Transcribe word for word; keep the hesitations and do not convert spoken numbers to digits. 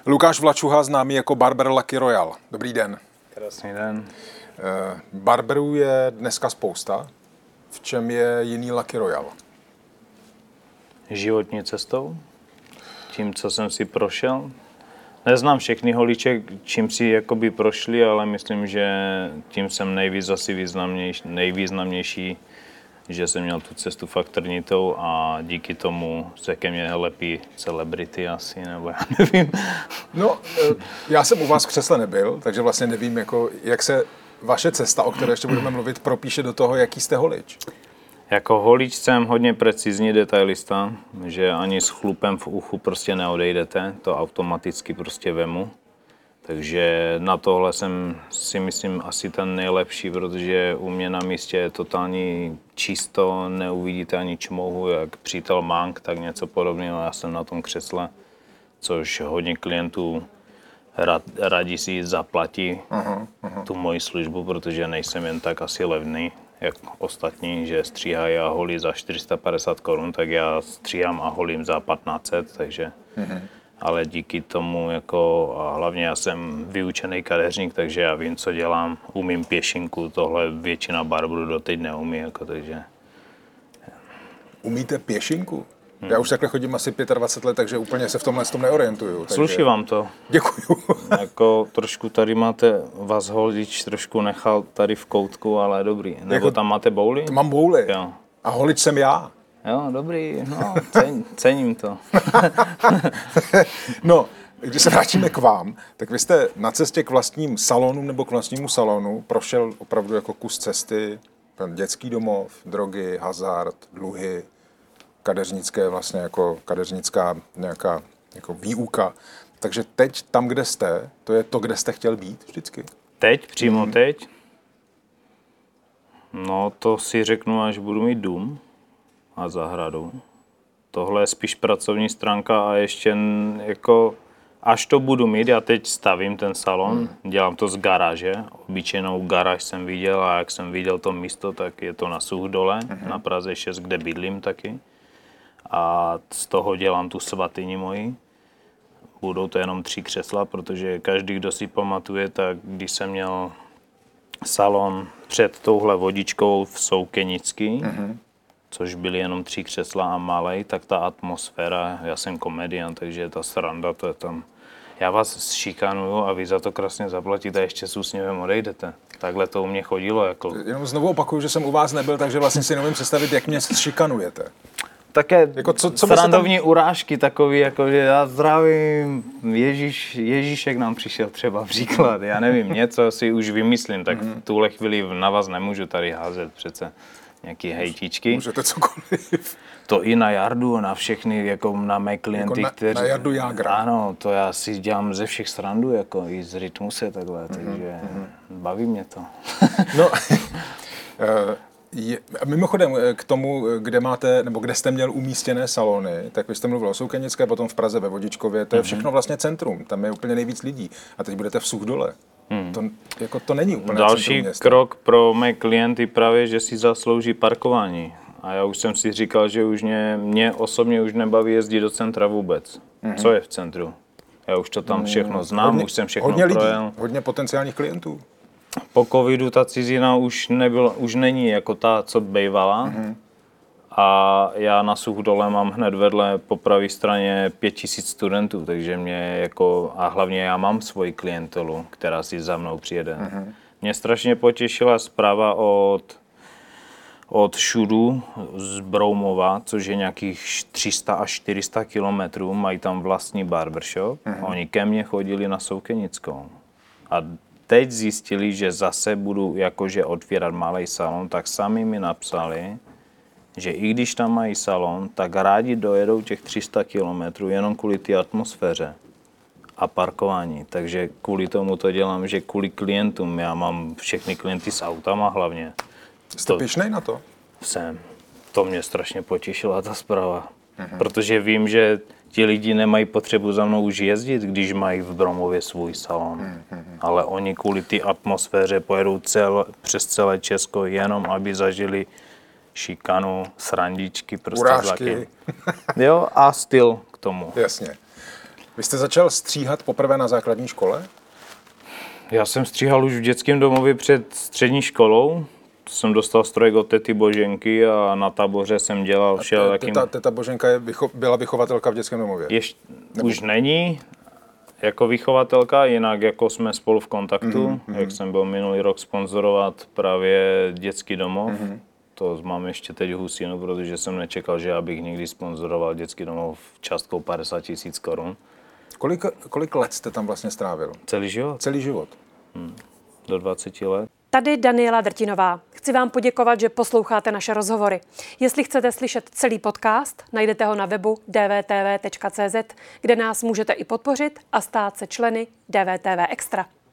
Lukáš Vlačuha, známý jako Barber Lucky Royal. Dobrý den. Krásný den. Barberů je dneska spousta. V čem je jiný Lucky Royal? Životní cestou, tím, co jsem si prošel. Neznám všechny holiče, čím si jakoby prošli, ale myslím, že tím jsem nejvíc asi významnější, nejvýznamnější, že jsem měl tu cestu fakt trnitou a díky tomu se ke mně lepí celebrity asi, nebo já nevím. No, já jsem u vás v křesle nebyl, takže vlastně nevím, jako, jak se vaše cesta, o které ještě budeme mluvit, propíše do toho, jaký jste holič. Jako holič jsem hodně precizní detailista, že ani s chlupem v uchu prostě neodejdete, to automaticky prostě vemu. Takže na tohle jsem si myslím asi ten nejlepší, protože u mě na místě je totální čisto, neuvidíte ani čmouhu, jak přítel Mank, tak něco podobného. Já jsem na tom křesle, což hodně klientů rad, radí si zaplatí uh-huh, uh-huh. tu moji službu, protože nejsem jen tak asi levný, jak ostatní, že stříhají a holí za čtyři sta padesát korun, tak já stříhám a holím za patnáct set, takže... Uh-huh. Ale díky tomu, jako, a hlavně já jsem vyučený kadeřník, takže já vím, co dělám, umím pěšinku, tohle většina barberů doteď neumí, jako, takže... Umíte pěšinku? Hmm. Já už takhle chodím asi dvacet pět let, takže úplně se v tomhle tom neorientuju. Takže... Sluší vám to. Děkuju. Jako trošku tady máte, vás holič trošku nechal tady v koutku, ale dobrý. Nebo jako, tam máte bouly? Mám bouly. Jo. A holič jsem já. Jo, dobrý, no, cen, cením to. No, když se vrátíme k vám, tak vy jste na cestě k vlastním salonům nebo k vlastnímu salonu prošel opravdu jako kus cesty, dětský domov, drogy, hazard, dluhy, kadeřnické vlastně jako kadeřnická nějaká jako výuka. Takže teď tam, kde jste, to je to, kde jste chtěl být vždycky? Teď, přímo hmm. teď? No, to si řeknu, až budu mít dům a zahradu. Tohle je spíš pracovní stránka a ještě jako, až to budu mít, já teď stavím ten salon, hmm. dělám to z garáže, obyčejnou garáž jsem viděl a jak jsem viděl to místo, tak je to na Suchdole, hmm. na Praze šest, kde bydlím taky. A z toho dělám tu svatyni moji. Budou to jenom tři křesla, protože každý, kdo si pamatuje, tak když jsem měl salon před touhle vodičkou v Soukenický, hmm. což byly jenom tři křesla a malej, tak ta atmosféra, já jsem komediant, takže ta sranda, to je tam. Já vás šikanuju a vy za to krásně zaplatíte a ještě s úsměvem odejdete. Takhle to u mě chodilo. Jako... Jenom znovu opakuju, že jsem u vás nebyl, takže vlastně si nevím představit, jak mě šikanujete. Také jako co, co srandovní tam... urážky takový, jako že já zdravím, Ježíš, Ježíšek nám přišel třeba příklad, já nevím, něco si už vymyslím, tak mm-hmm. v tuhle chvíli na vás nemůžu tady házet přece. Nějaký hejtičky. Můžete cokoliv. To i na Jardu, na všechny, jako na mé klienty, jako na, kteří... Na Jardu Jágra. Ano, to já si dělám ze všech srandu, jako i z rytmuse takhle, mm-hmm. takže mm-hmm. baví mě to. No, je, mimochodem k tomu, kde máte, nebo kde jste měl umístěné salony, tak vy jste mluvil o Soukenické, potom v Praze ve Vodičkově, to je všechno vlastně centrum, tam je úplně nejvíc lidí. A teď budete v Suchdole. Hmm. To, jako to není úplně další krok pro mé klienty právě, že si zaslouží parkování. A já už jsem si říkal, že už mě, mě osobně už nebaví jezdit do centra vůbec. Hmm. Co je v centru? Já už to tam všechno znám, hodně, už jsem všechno hodně projel. Lidí, hodně potenciálních klientů. Po covidu ta cizina už, nebyla, už není jako ta, co bývala. Hmm. A já na Suchdole mám hned vedle po pravé straně pět tisíc studentů, takže mě jako, a hlavně já mám svoji klientelu, která si za mnou přijede. Uh-huh. Mě strašně potěšila zpráva od, od Šudu z Broumova, což je nějakých tři sta až čtyři sta kilometrů, mají tam vlastní barbershop. Uh-huh. Oni ke mně chodili na Soukenickou. A teď zjistili, že zase budu jakože otvírat malý salon, tak sami mi napsali, že i když tam mají salon, tak rádi dojedou těch tři sta kilometrů jenom kvůli té atmosféře a parkování. Takže kvůli tomu to dělám, že kvůli klientům, já mám všechny klienty s autama hlavně. Jste to, pyšnej na to? Jsem. To mě strašně potěšila ta zpráva. Mhm. Protože vím, že ti lidi nemají potřebu za mnou už jezdit, když mají v Bromově svůj salon. Mhm. Ale oni kvůli té atmosféře pojedou cel, přes celé Česko jenom, aby zažili šikanu, srandičky, prostě urážky. Zlaky. Jo, a styl k tomu. Jasně. Vy jste začal stříhat poprvé na základní škole? Já jsem stříhal už v dětském domově před střední školou. Jsem dostal strojek od tety Boženky a na táboře jsem dělal všelijakým... Teta, teta Boženka je, vycho, byla vychovatelka v dětském domově? Ješ, už není jako vychovatelka, jinak jako jsme spolu v kontaktu. Mm-hmm. Jak jsem byl minulý rok sponzorovat právě dětský domov. Mm-hmm. To mám ještě teď husinu, protože jsem nečekal, že já bych někdy sponzoroval dětský domov částkou padesát tisíc korun. Kolik, kolik let jste tam vlastně strávil? Celý život. Celý život? Hmm. Do dvacet let. Tady Daniela Drtinová. Chci vám poděkovat, že posloucháte naše rozhovory. Jestli chcete slyšet celý podcast, najdete ho na webu d v t v tečka c z, kde nás můžete i podpořit a stát se členy D V T V Extra.